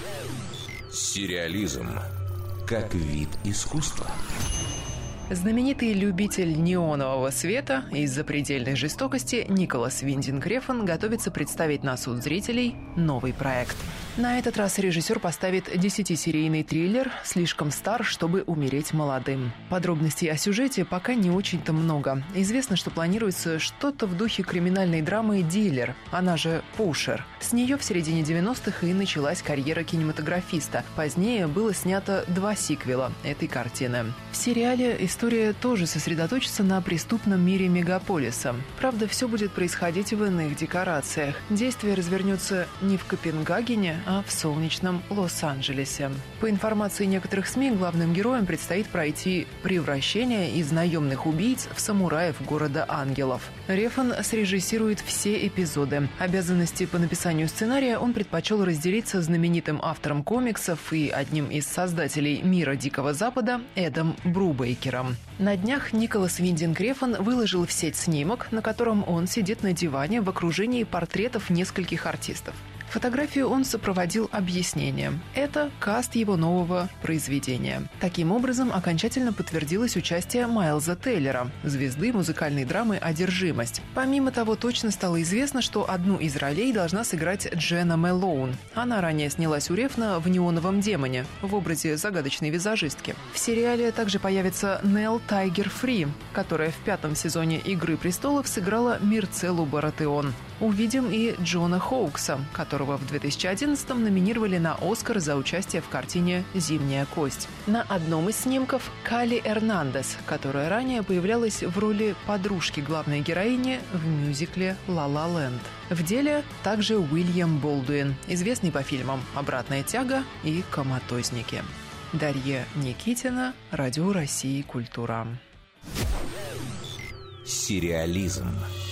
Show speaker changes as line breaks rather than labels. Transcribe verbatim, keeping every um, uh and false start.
Сериализм как вид искусства.
Знаменитый любитель неонового света и запредельной жестокости Николас Виндинг Рефн готовится представить на суд зрителей новый проект. На этот раз режиссер поставит десятисерийный триллер «Слишком стар, чтобы умереть молодым». Подробностей о сюжете пока не очень-то много. Известно, что планируется что-то в духе криминальной драмы «Дилер», она же «Пушер». С нее в середине девяностых и началась карьера кинематографиста. Позднее было снято два сиквела этой картины. В сериале история тоже сосредоточится на преступном мире мегаполиса. Правда, все будет происходить в иных декорациях. Действие развернется не в Копенгагене, а в солнечном Лос-Анджелесе. По информации некоторых СМИ, главным героям предстоит пройти превращение из наемных убийц в самураев города ангелов. Рефн срежиссирует все эпизоды. Обязанности по написанию сценария он предпочел разделить со знаменитым автором комиксов и одним из создателей «Мира Дикого Запада» Эдом Брубейкером. На днях Николас Виндинг Рефн выложил в сеть снимок, на котором он сидит на диване в окружении портретов нескольких артистов. Фотографию он сопроводил объяснением. Это каст его нового произведения. Таким образом, окончательно подтвердилось участие Майлза Тейлора, звезды музыкальной драмы «Одержимость». Помимо того, точно стало известно, что одну из ролей должна сыграть Дженна Мэлоун. Она ранее снялась у Рефна в «Неоновом демоне» в образе загадочной визажистки. В сериале также появится Нелл Тайгер Фри, которая в пятом сезоне «Игры престолов» сыграла Мирцеллу Баратеон. Увидим и Джона Хоукса, которого в две тысячи одиннадцатом номинировали на «Оскар» за участие в картине «Зимняя кость». На одном из снимков Калли Эрнандес, которая ранее появлялась в роли подружки главной героини в мюзикле «Ла Ла Ленд». В деле также Уильям Болдуин, известный по фильмам «Обратная тяга» и «Коматозники». Дарья Никитина, Радио России «Культура».
Сериализм.